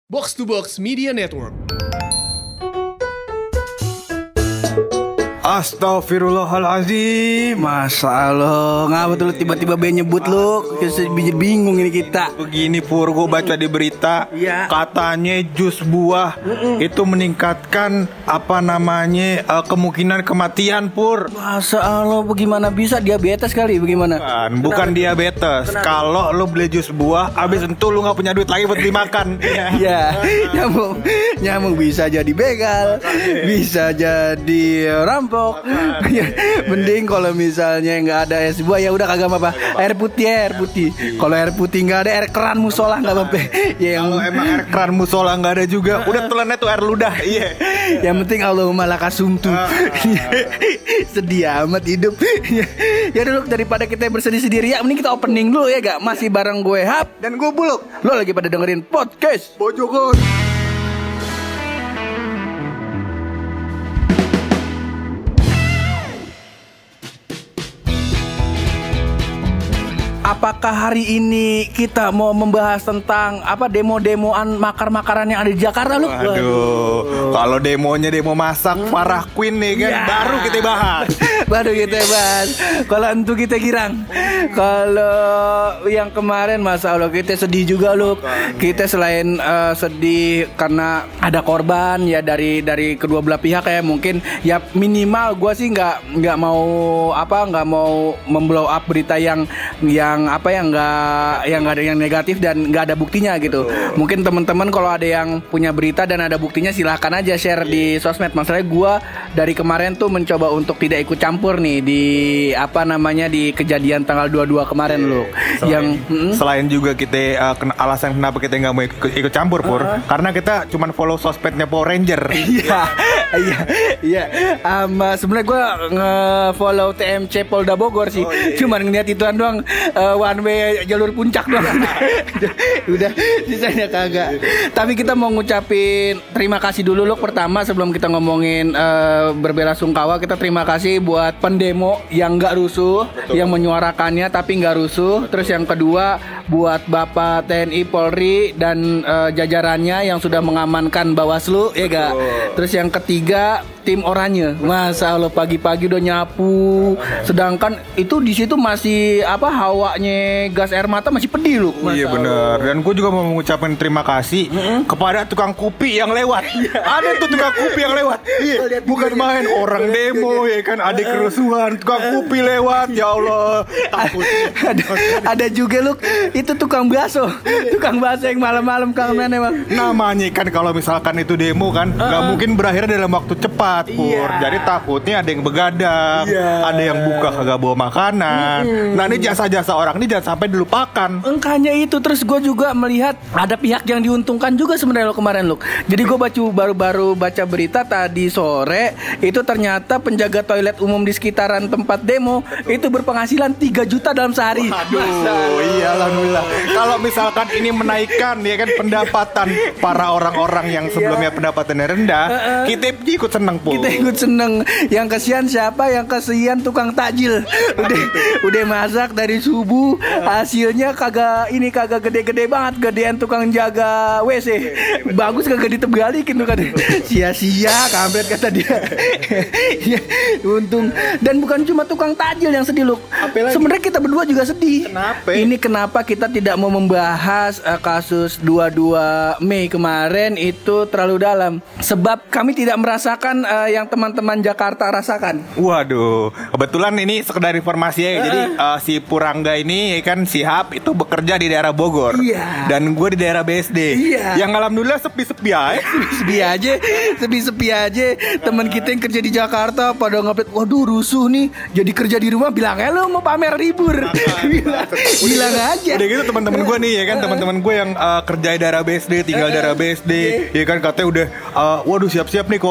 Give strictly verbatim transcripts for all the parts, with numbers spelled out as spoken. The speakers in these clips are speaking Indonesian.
Box to Box Media Network. Astagfirullahaladzim. Masa Allah, ngapa tuh lu tiba-tiba be nyebut lu? Kita bingung ini kita. Begini Pur, gue baca di berita, ya. Katanya jus buah Mm-mm. itu meningkatkan apa namanya uh, kemungkinan kematian Pur. Masa Allah, bagaimana bisa diabetes kali? Bagaimana? Bukan, bukan diabetes. Kalau lu beli jus buah, abis itu lu nggak punya duit lagi buat dimakan. Ya, nyamuk, nyamuk bisa jadi begal, bisa jadi rampok. Mending kalau misalnya nggak ada es buah ya udah kagak apa-apa. Air putih, air putih. Kalau air putih nggak ada, air keran musola nggak apa-apa. Ya, kalau emang air keran musola nggak ada juga, udah telannya tuh air ludah. Iya. Yang penting Allahumma lakasumtu. Sedih amat hidup. Ya dulu daripada kita bersedih-sedih riak, mending kita opening dulu ya gak? Masih bareng gue Hap dan gue Buluk. Lo lagi pada dengerin podcast Pojokan. Apakah hari ini kita mau membahas tentang apa demo-demoan makar-makaran yang ada di Jakarta lu? Aduh, kalau demonya demo masak Farah Queen nih kan, ya. Baru kita bahas. Baru kita bahas. Kalau itu kita girang. Kalau yang kemarin masa Allah kita sedih juga lu. Kita selain uh, sedih karena ada korban ya dari dari kedua belah pihak ya, mungkin ya minimal gue sih nggak nggak mau apa nggak mau memblow up berita yang yang apa yang nggak yang nggak ada yang negatif dan nggak ada buktinya gitu. Betul. Mungkin teman-teman kalau ada yang punya berita dan ada buktinya silahkan aja share di sosmed. Masalahnya gue dari kemarin tuh mencoba untuk tidak ikut campur nih di apa namanya di kejadian tanggal dua puluh dua kemarin yeah. Loh. Selain, yang hmm? selain juga kita uh, kena, alasan kenapa kita nggak mau ikut, ikut campur Pur, uh-huh. karena kita cuman follow sosmednya Power Ranger. Iya iya iya. Um, sebenarnya gue nge-follow T M C Polda Bogor sih. Oh, iya, iya. Cuman ngeliat ituan doang. Uh, one way jalur puncak doang. Udah sisanya kagak. Tapi kita mau ngucapin terima kasih dulu loh. Pertama sebelum kita ngomongin uh, berbelasungkawa, kita terima kasih buat pendemo yang nggak rusuh. Betul. Yang menyuarakannya tapi nggak rusuh. Terus yang kedua buat Bapak T N I Polri dan uh, jajarannya yang sudah mengamankan Bawaslu ya gak. Terus yang ketiga tim oranye. Masa Allah pagi-pagi udah nyapu. Sedangkan itu di situ masih apa hawanya gas air mata masih pedih loh. Iya benar. Dan gue juga mau mengucapkan terima kasih mm-hmm. kepada tukang kopi yang lewat. Ada tuh tukang kopi yang lewat. Iya. Bukan main orang demo ya kan, ada kerusuhan, tukang kopi lewat. Ya Allah. ada, ada juga loh itu tukang bakso. Tukang bakso yang malam-malam kangen emang. Namanya kan kalau misalkan itu demo kan nggak uh-uh. mungkin berakhir dalam waktu cepat. Pur. Yeah. Jadi takutnya ada yang begadang, yeah. ada yang buka kagak bawa makanan. Mm-hmm. Nah ini jasa-jasa orang ini jangan sampai dilupakan. Engkanya itu. Terus gue juga melihat ada pihak yang diuntungkan juga sebenarnya lo kemarin lo. Jadi gue baca baru-baru baca berita tadi sore itu ternyata penjaga toilet umum di sekitaran tempat demo itu berpenghasilan tiga juta dalam sehari. Aduh, iya alhamdulillah. Kalau misalkan ini menaikkan ya kan pendapatan para orang-orang yang sebelumnya pendapatannya rendah, uh-uh. kita ikut seneng. Kita ikut seneng. Yang kasihan siapa? Yang kasihan tukang takjil. Udah udah masak dari subuh, hasilnya kagak ini kagak gede-gede banget, gedean tukang jaga W C. Bagus kagak ditebalikin tuh kan. Sia-sia kampret kata dia. Ya, untung. Dan bukan cuma tukang takjil yang sedih loh. Sebenarnya kita berdua juga sedih. Kenapa? Ini kenapa kita tidak mau membahas uh, kasus dua puluh dua Mei kemarin itu terlalu dalam. Sebab kami tidak merasakan uh, yang teman-teman Jakarta rasakan. Waduh, kebetulan ini sekedar informasi ya. Uh. Jadi uh, si Purangga ini kan si Hap itu bekerja di daerah Bogor. Iya. Dan gue di daerah B S D. Iya. Yang alhamdulillah sepi-sepi aja. Sepi aja, sepi-sepi aja. Teman kita yang kerja di Jakarta pada ngupdate, waduh rusuh nih. Jadi kerja di rumah bilang, "Halo, mau pamer libur." bilang, bilang aja. Udah gitu teman-teman gue nih ya kan, teman-teman gue yang uh, kerja di daerah B S D, tinggal di daerah B S D, ya kan katanya udah uh, waduh siap-siap nih kalau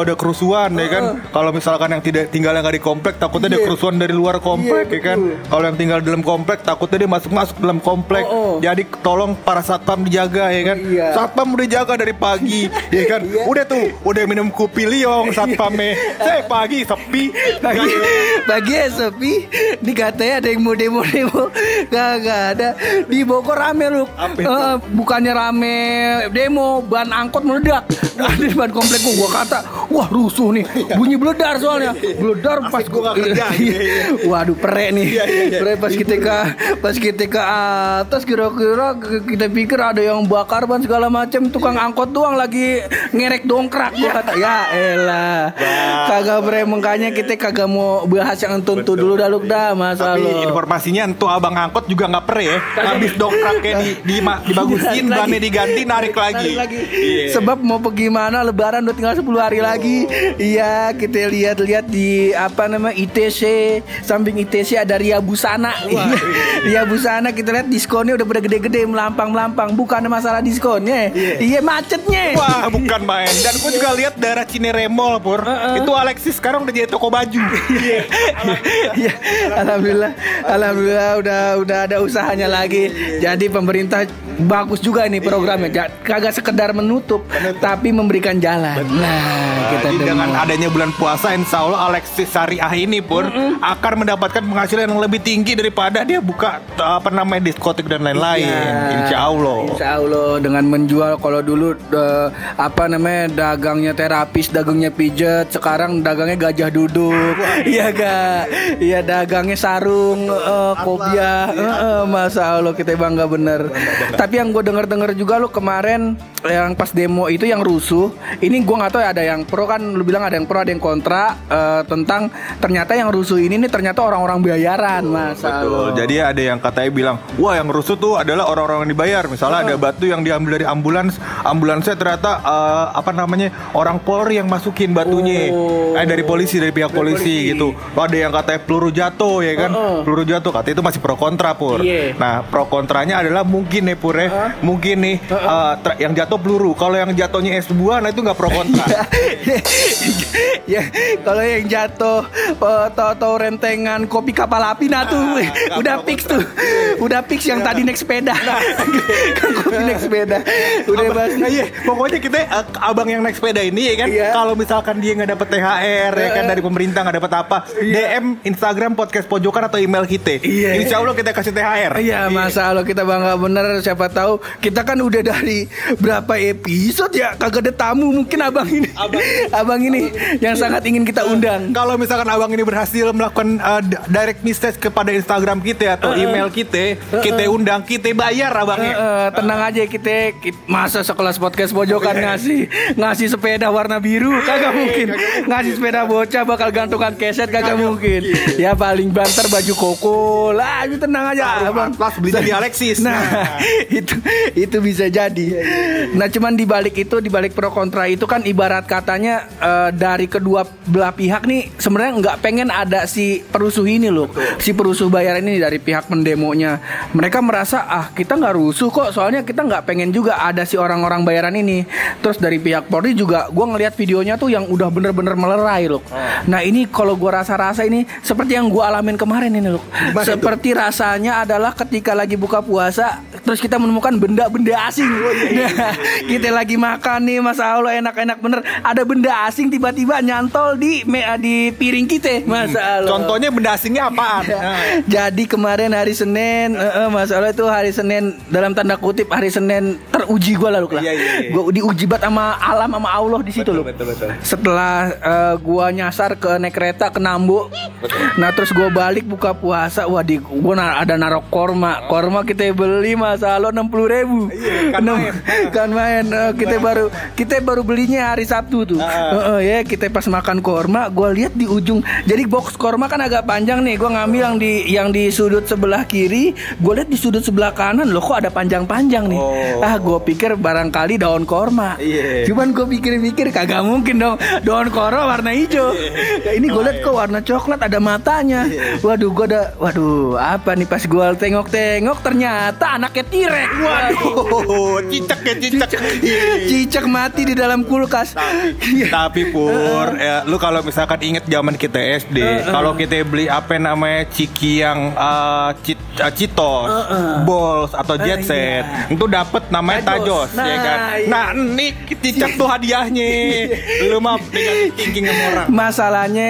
ada kerusuhan ya kan. Kalau misalkan yang tidak tinggalnya nggak di komplek, takutnya ada Iya. kerusuhan dari luar komplek Iya, ya kan. betul. Kalau yang tinggal dalam komplek, takutnya dia masuk-masuk dalam komplek. Oh, oh. Jadi tolong para satpam dijaga ya kan. Iya. Satpam udah jaga dari pagi ya kan. Iya. Udah tuh, udah minum kopi liong satpamnya. Saya pagi sepi. Pagi, pagi sepi. Di katanya ada yang mau demo-demo. Gak ada. Di Bogor rame lu. Apa itu? Eh, bukannya rame demo, ban angkot meledak. Ada di ban komplek gua. Gua kata, wah rusuh nih. Bunyi beledar soalnya. Beledar pas Asik gua nggak kerja. Iya. Waduh, perek nih. Perek pas kita ke pas kita ke atas kira-kira kita pikir ada yang bakar ban segala macam, tukang angkot doang lagi ngerek dongkrak. Gua kata, ya elah. Kagak bre, makanya kita kagak mau bahas yang entu dulu dah lu dah masa Tapi lo. informasinya entu abang angkot juga nggak pere ya. Habis dongkraknya di, di, ma- dibagusin, Narik bannya lagi. diganti, narik lagi. Narik lagi. Iya. Sebab mau pergi mana lebaran udah tinggal sepuluh hari lagi. Iya, kita lihat-lihat di apa namanya I T C, samping I T C ada Ria Busana. Iya. Ria Busana kita lihat diskonnya udah pada gede-gede melampang-melampang. Bukan masalah diskonnya. Iya, macetnya. Wah, bukan main. Dan gue juga lihat daerah Cinere Mall, Pur. Itu Alexis sekarang udah jadi toko baju. Iya, alhamdulillah, alhamdulillah udah udah ada usahanya lagi. Jadi pemerintah bagus juga ini programnya. Ja- Kagak sekedar menutup, tapi memberikan jalan. Nah, kita Jadi dengan dengar. adanya bulan puasa, insya Allah Alexis Syariah ini pun akan mendapatkan penghasilan yang lebih tinggi daripada dia buka apa namanya diskotik dan lain-lain. Iya. Insya Allah. Insya Allah dengan menjual kalau dulu eh, apa namanya dagangnya terapis, dagangnya pijet, sekarang dagangnya gajah duduk. Iya gak? Iya dagangnya sarung, eh, kopiah. Eh, eh, Masa Allah kita bangga bener. Tapi yang gue denger-denger juga lu kemarin yang pas demo itu yang rusuh. Ini gue nggak tahu ya, ada yang pro kan, lu bilang ada yang pro ada yang kontra eh, tentang ternyata yang rusuh ini nih ternyata orang-orang bayaran. Masa Betul. Allah. Jadi ada yang katanya bilang, wah yang rusuh tuh adalah orang-orang yang dibayar. Misalnya ada batu yang diambil dari ambulans, ambulansnya ternyata eh, apa namanya orang Polri yang masukin batunya, Oh. eh dari polisi dari pihak Dari polisi, polisi. gitu. Ada yang katanya peluru jatuh ya kan, Oh, oh. peluru jatuh katanya itu masih pro kontra Pur. Iya. Nah pro kontranya adalah mungkin nih Pur ya, mungkin nih eh, ter- yang jatuh peluru. Kalau yang jatuhnya es buah, nah itu nggak pro kontra. Ya, kalau yang jatuh uh, tahu-tahu rentengan kopi kapal api nah tuh nggak udah pro fix tuh. Udah fix yang tadi naik sepeda. Kopi naik sepeda. Udah Abang- pasti. nah, iya, pokoknya kita eh, abang yang naik sepeda ini ya kan, Iya. kalau misalkan dia nggak dapet T H R ya kan dari pemerintah nggak dapet apa, D M Instagram podcast pojokan atau email kita. Iya. Insya Allah kita kasih T H R. Iya, masa Allah kita bangga bener. Siapa tahu kita kan udah dari berapa episode ya kagak ada tamu, mungkin abang ini. Abang, ini yang sangat ingin kita undang. Kalau misalkan abang ini berhasil melakukan uh, d- direct message kepada Instagram kita atau email kita, kita undang, kita bayar abangnya. Eh, eh, tenang aja kita, kita masa sekelas podcast pojokan ngasih ngasih sepeda warna biru kagak mungkin, ngasih sepeda bocah bakal gantungan keset kagak mungkin, ya paling banter baju koko lah, itu tenang aja abang. Pas belinya di Alexis. Nah, itu itu bisa jadi. Nah, cuman di balik itu, di balik pro kontra itu kan ibarat katanya eh, dari kedua belah pihak nih sebenarnya nggak pengen ada si perusuh ini loh. Si perusuh bayaran ini dari pihak pendemonya. Mereka merasa ah kita nggak rusuh kok, soalnya kita nggak pengen juga ada si orang-orang bayaran ini. Terus dari pihak Polri juga gue ngelihat videonya tuh yang udah bener-bener melerai loh. Nah, ini kalau gue rasa-rasa ini seperti yang gue alamin kemarin ini loh. Seperti rasanya adalah ketika lagi buka puasa terus kita menemukan benda-benda asing. Nah, kita lagi makan nih, masa Allah enak-enak bener, ada benda asing tiba-tiba nyantol di me- di piring kita, masa Allah. Contohnya benda asingnya apaan? Nah. Jadi kemarin hari Senin, eh, eh, Mas Allah itu hari Senin dalam tanda kutip hari Senin teruji gue lalu lah. Iya, iya, iya. Gue diuji banget sama alam sama Allah di situ loh. betul, betul. Setelah eh, gue nyasar ke naik kereta ke Nambo, nah terus gue balik buka puasa, wah di gue na- ada narok korma, korma kita beli Mas Allah enam puluh ribu. Iya, kan main. Kan main. Eh, kita baru kita baru belinya hari Sabtu tuh. Eh, eh, ya kita pas makan korma, gue lihat di ujung. Jadi box korma kan agak panjang nih. Gue ngambil yang di yang di sudut sebelah kiri. Gue lihat di sudut sebelah kanan, loh kok ada panjang-panjang nih. Oh. Ah, gue pikir barangkali daun korma. Iya. Cuman gue pikir-pikir kagak mungkin dong. Daun korma warna hijau. Ya, ini gue lihat kok warna coklat, ada matanya. Waduh, gue ada, waduh apa nih pas gue tengok-tengok ternyata anaknya tirek. Waduh. Oh, cicak ya cicak. Cicak mati di dalam kulkas. Tapi Pur, ya, lu kalau misalkan inget zaman kita S D, uh, uh. kalau kita beli apa namanya ciki yang uh, cit, uh, Citos, uh, uh. Balls atau Jet Set, uh, iya. itu dapat namanya Tajos, nah, ya kan. Iya. Nah, ini cicak tuh hadiahnya. Lu mah tinggal thinking sama orang. Masalahnya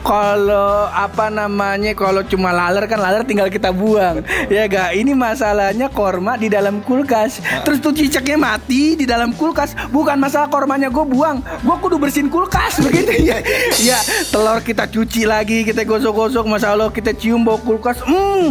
kalau apa namanya kalau cuma laler kan laler tinggal kita buang. Ya gak? Ini masalahnya korma di dalam kulkas. Uh. Terus tuh cicaknya mati di dalam kulkas. Bukan masalah kormanya gue buang, gue kudu bersihin kulkas begitu ya. Ya, telur kita cuci lagi, kita gosok-gosok, masa Allah kita cium bau kulkas. Hmm.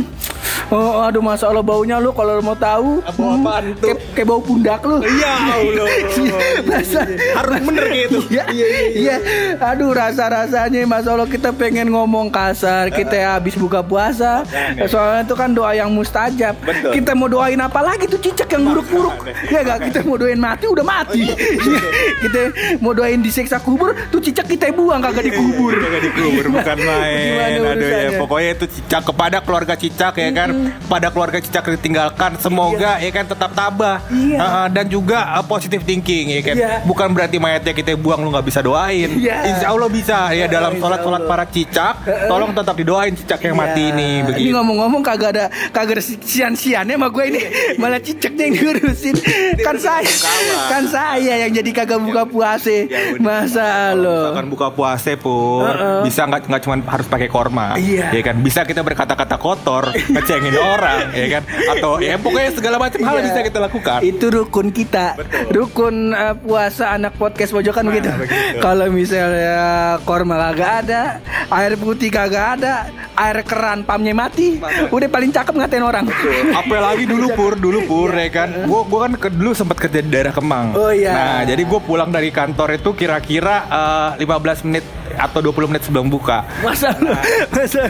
Oh, aduh masa Allah baunya lu kalau mau tahu. Apa apaan hmm, tuh? Kayak bau pundak lu. Iya, Allah. Masa harus bener gitu. Iya. Iya. Aduh rasa-rasanya masa Allah kita pengen ngomong kasar, kita habis buka puasa. Soalnya itu kan doa yang mustajab. Betul. Kita mau doain apa lagi tuh cicak yang buruk-buruk. Ya enggak, kita mau doain mati udah mati. Kita mau doain disiksa kubur tuh cicak kita buang kagak dikubur. Kagak dikubur bukan main. Aduh ya pokoknya itu cicak kepada keluarga cicak ya kan. Pada keluarga cicak ditinggalkan semoga iya. ya kan tetap tabah iya. uh, dan juga uh, positive thinking ya kan iya. bukan berarti mayatnya kita buang lu nggak bisa doain iya. Insya Allah bisa ya dalam sholat-sholat para cicak tolong tetap didoain cicak yang iya. mati ini begitu. Ini ngomong-ngomong kagak ada kagak ada sian-siannya sama gue ini malah cicaknya yang ngurusin kan saya kan saya yang jadi kagak buka puasa ya, masa lo misalkan buka puasa pun uh-uh. bisa nggak nggak cuma harus pakai korma iya. ya kan bisa kita berkata-kata kotor ngecengin orang ya kan atau ya pokoknya segala macam hal iya. bisa kita lakukan. Itu rukun kita. Betul. Rukun uh, puasa anak podcast pojokan nah, gitu. Kalau misalnya korma kagak ada, air putih kagak ada, air keran pamnya mati, Mata. udah paling cakep ngatain orang. Apalagi dulu Pur, dulu Pur ya kan. Gua gua kan ke, dulu sempat kerja di daerah Kemang. Oh iya. Nah, jadi gua pulang dari kantor itu kira-kira uh, lima belas menit atau dua puluh menit sebelum buka. Masa lu? Masa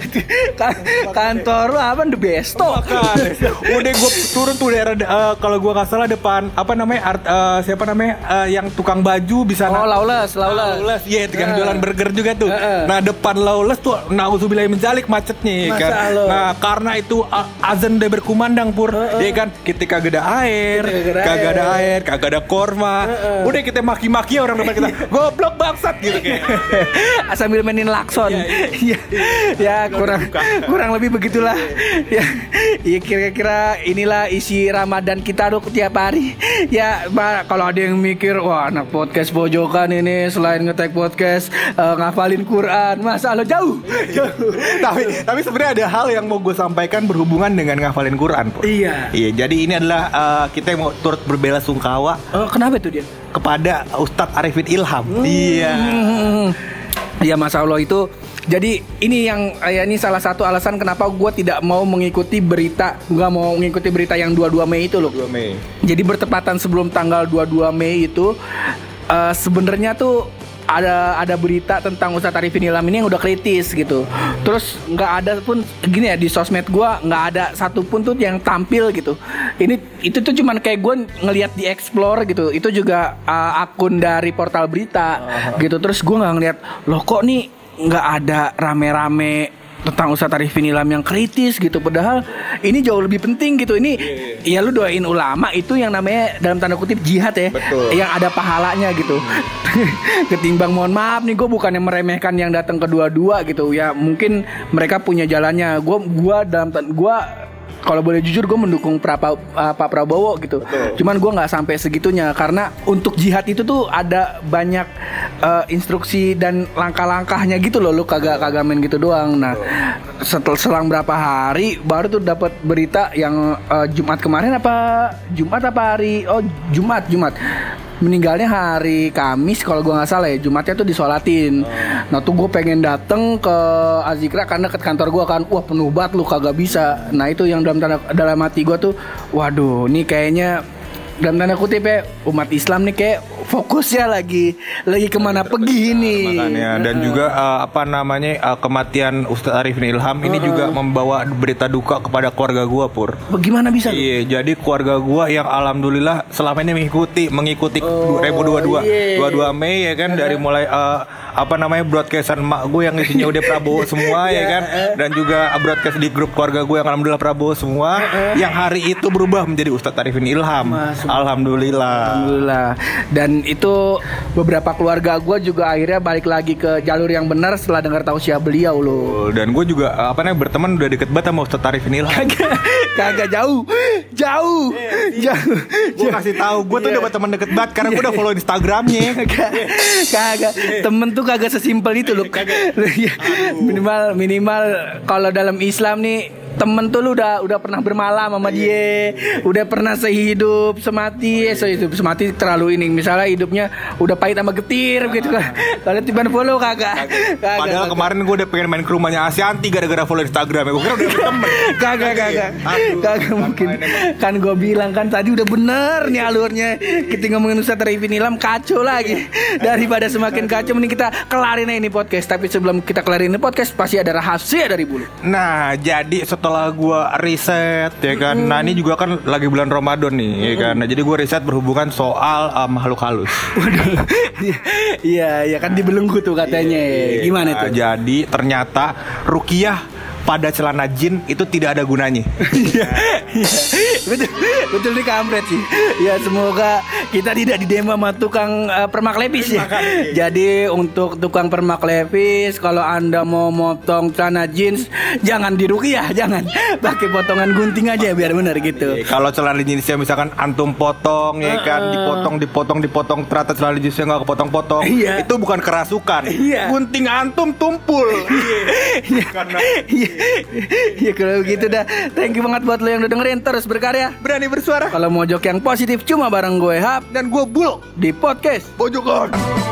kan, kantor lu apa the besto? Udah gue turun tuh daerah uh, kalau gue nggak salah depan apa namanya art, uh, siapa namanya uh, yang tukang baju bisa oh Lawless Lawless iya yeah, tukang uh. jualan burger juga tuh uh, uh. Nah depan Lawless tuh nauzubillahi min dzalik macetnya kan Allah. Nah karena itu uh, azan udah berkumandang Pur uh, uh. ya kan kita kagak ada air kagak ada air kagak ada korma uh, uh. udah kita maki-maki orang depan kita goblok bangsat gitu kayak sambil mainin lakson ya ya kurang kurang lebih begitulah ya. Ya kira-kira inilah isi Ramadan kita tuh tiap hari. Ya kalau ada yang mikir wah anak podcast pojokan ini selain nge-tag podcast uh, ngafalin Quran, masa lo jauh. jauh. tapi tapi sebenarnya ada hal yang mau gue sampaikan berhubungan dengan ngafalin Quran, Pur. Iya. Iya, jadi ini adalah uh, kita mau turut berbela sungkawa. Oh, kenapa tuh dia? Kepada Ustadz Arifin Ilham. Hmm. Iya. Iya, Mas Allah itu. Jadi ini yang ya ini salah satu alasan kenapa gue tidak mau mengikuti berita, nggak mau mengikuti berita yang dua puluh dua Mei itu loh. dua Mei. Jadi bertepatan sebelum tanggal dua puluh dua Mei itu uh, sebenarnya tuh ada ada berita tentang Ustadz Arifin Ilham ini yang udah kritis gitu. Terus nggak ada pun gini ya di sosmed gue nggak ada satupun tuh yang tampil gitu. Ini itu tuh cuman kayak gue ngelihat di explore gitu. Itu juga uh, akun dari portal berita uh-huh. gitu. Terus gue nggak ngelihat loh kok nih nggak ada rame-rame tentang Ustadz Arifin Ilham yang kritis gitu. Padahal ini jauh lebih penting gitu. Ini yeah, yeah. ya lu doain ulama itu yang namanya dalam tanda kutip jihad ya. Betul. Yang ada pahalanya gitu. Ketimbang mohon maaf nih gue bukannya meremehkan yang datang kedua-dua gitu. Ya mungkin mereka punya jalannya. Gue gua dalam gue kalau boleh jujur gue mendukung pra, uh, Pak Prabowo gitu. Betul. Cuman gue nggak sampai segitunya karena untuk jihad itu tuh ada banyak uh, instruksi dan langkah-langkahnya gitu loh. Lu kagak kagak main gitu doang. Nah setelah selang berapa hari baru tuh dapat berita yang uh, Jumat kemarin apa Jumat apa hari oh Jumat Jumat meninggalnya hari Kamis kalau gue nggak salah ya. Jumatnya tuh disolatin. Oh. Nah tuh gue pengen dateng ke Azikra karena ke kantor gue kan wah penuh banget lu kagak bisa. Nah itu yang dalam tanda, dalam hati gue tuh waduh nih kayaknya dalam tanda kutip ya umat Islam nih kayak fokusnya lagi lagi kemana pergi ini makanya dan juga uh, apa namanya uh, kematian Ustadz Arifin Ilham uh-uh. ini juga membawa berita duka kepada keluarga gua Pur. Bagaimana bisa? Iya jadi keluarga gua yang alhamdulillah selama ini mengikuti mengikuti oh, dua ribu dua puluh dua yeah. dua puluh dua Mei ya kan uh-huh. dari mulai uh, apa namanya broadcastan mak gue yang isinya udah Prabowo semua ya kan dan juga broadcast di grup keluarga gue yang alhamdulillah Prabowo semua yang hari itu berubah menjadi Ustadz Arifin Ilham. Mas, alhamdulillah. Alhamdulillah. Dan Dan itu beberapa keluarga gue juga akhirnya balik lagi ke jalur yang benar setelah dengar tausiah beliau loh. Dan gue juga apa namanya berteman udah deket banget sama Ustadz Arifin Ilham. Kagak, kagak jauh, jauh, jauh. Gue kasih tahu, gue tuh Iya. udah teman deket banget karena gue udah follow Instagramnya. Kagak, kagak. Temen tuh kagak sesimpel itu loh. Minimal, minimal kalau dalam Islam nih. Temen tuh lu udah udah pernah bermalam sama dia, udah pernah sehidup semati, eh, sehidup semati terlalu ini. Misalnya hidupnya udah pahit sama getir gitu kan. Kalau tiba follow kagak. Kagak, Padahal kagak. kemarin gue udah pengen main ke rumahnya Asyanti gara-gara follow Instagramnya. Gue kira udah berteman. Kagak, kagak, Aduh, kagak mungkin. Kan gue bilang kan tadi udah bener nih alurnya. Kita ngomongin Ustadz Arifin Ilham kacau lagi. Daripada semakin kacau, mending kita kelarin aja ini podcast. Tapi sebelum kita kelarin ini podcast, pasti ada rahasia dari bulu. Nah, jadi setelah gue riset ya kan, nah ini juga kan lagi bulan Ramadan nih, ya kan. Nah, jadi gue riset berhubungan soal uh, makhluk halus. Waduh, iya, iya kan dibelenggu tuh katanya. Gimana Nah, tuh? jadi ternyata ruqyah pada celana jin itu tidak ada gunanya. Iya, iya. betul, betul nih kampret sih. Ya semoga kita tidak didemo sama tukang uh, permak levis ya. Jadi untuk tukang permak levis, kalau anda mau motong celana jeans, jangan diruqyah, jangan pakai potongan gunting aja biar benar gitu. Kalau celana jeansnya misalkan antum potong ya kan, dipotong dipotong dipotong ternyata celana jeansnya nggak kepotong-potong, Iya. itu bukan kerasukan. Iya. Gunting antum tumpul. Iya, Karena iya, iya kalau gitu dah. Thank you banget buat lo yang udah dengerin, terus berkarya. berani bersuara. Kalau mojok yang positif cuma bareng gue Hap Dan gue Bul di podcast Pojokan.